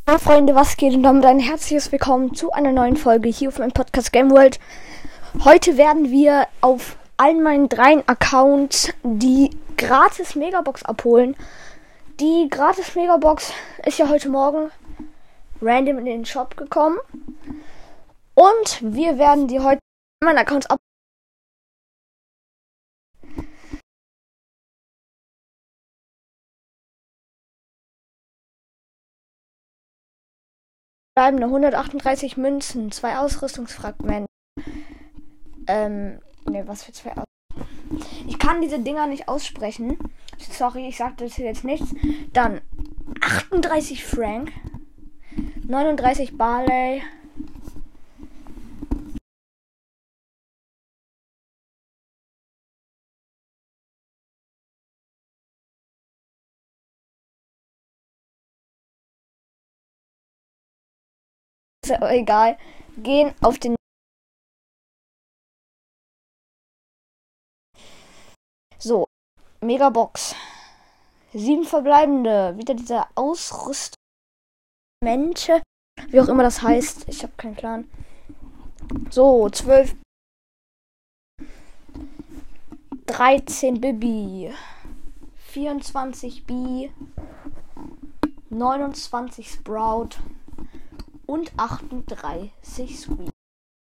Hallo Freunde, was geht? Und damit ein herzliches Willkommen zu einer neuen Folge hier auf meinem Podcast Game World. Heute werden wir auf allen meinen 3 Accounts die gratis Megabox abholen. Die gratis Megabox ist ja heute Morgen random in den Shop gekommen. Und wir werden die heute auf meinen Accounts abholen. Bleibende 138 Münzen, 2 Ausrüstungsfragmente. Was für 2 Ich kann diese Dinger nicht aussprechen. Sorry, ich sagte das hier jetzt nichts. Dann 38 Frank, 39 Barley, ist ja egal, gehen auf den So, Megabox. 7 verbleibende. Wieder diese Ausrüstungsmente. Wie auch immer das heißt. Ich habe keinen Plan. So, 12. 13 Bibi. 24 B. 29 Sprout. Und 38 Squeak.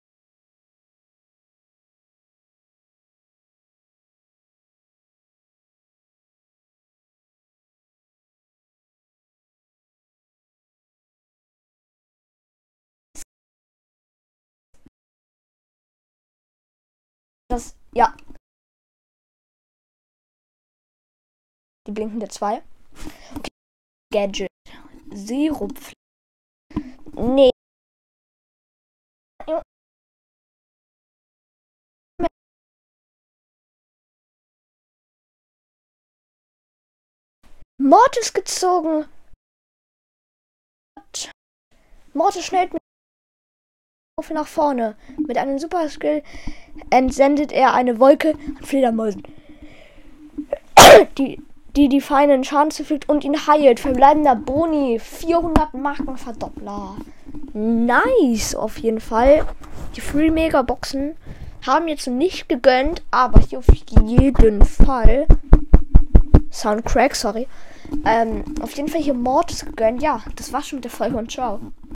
Ja. Die blinkende 2. Okay. Gadget. Sirup. Nee. Mortis gezogen. Mortis schnellt mit nach vorne. Mit einem Super Skill entsendet er eine Wolke an Fledermäusen, die feinen Schaden zufügt und ihn heilt. Verbleibender Boni, 400 Markenverdoppler. Nice, auf jeden Fall. Die Free Megaboxen haben jetzt nicht gegönnt, aber hier auf jeden Fall Soundcrack, sorry. Auf jeden Fall hier Mortis gegönnt. Ja, das war's schon mit der Folge und ciao.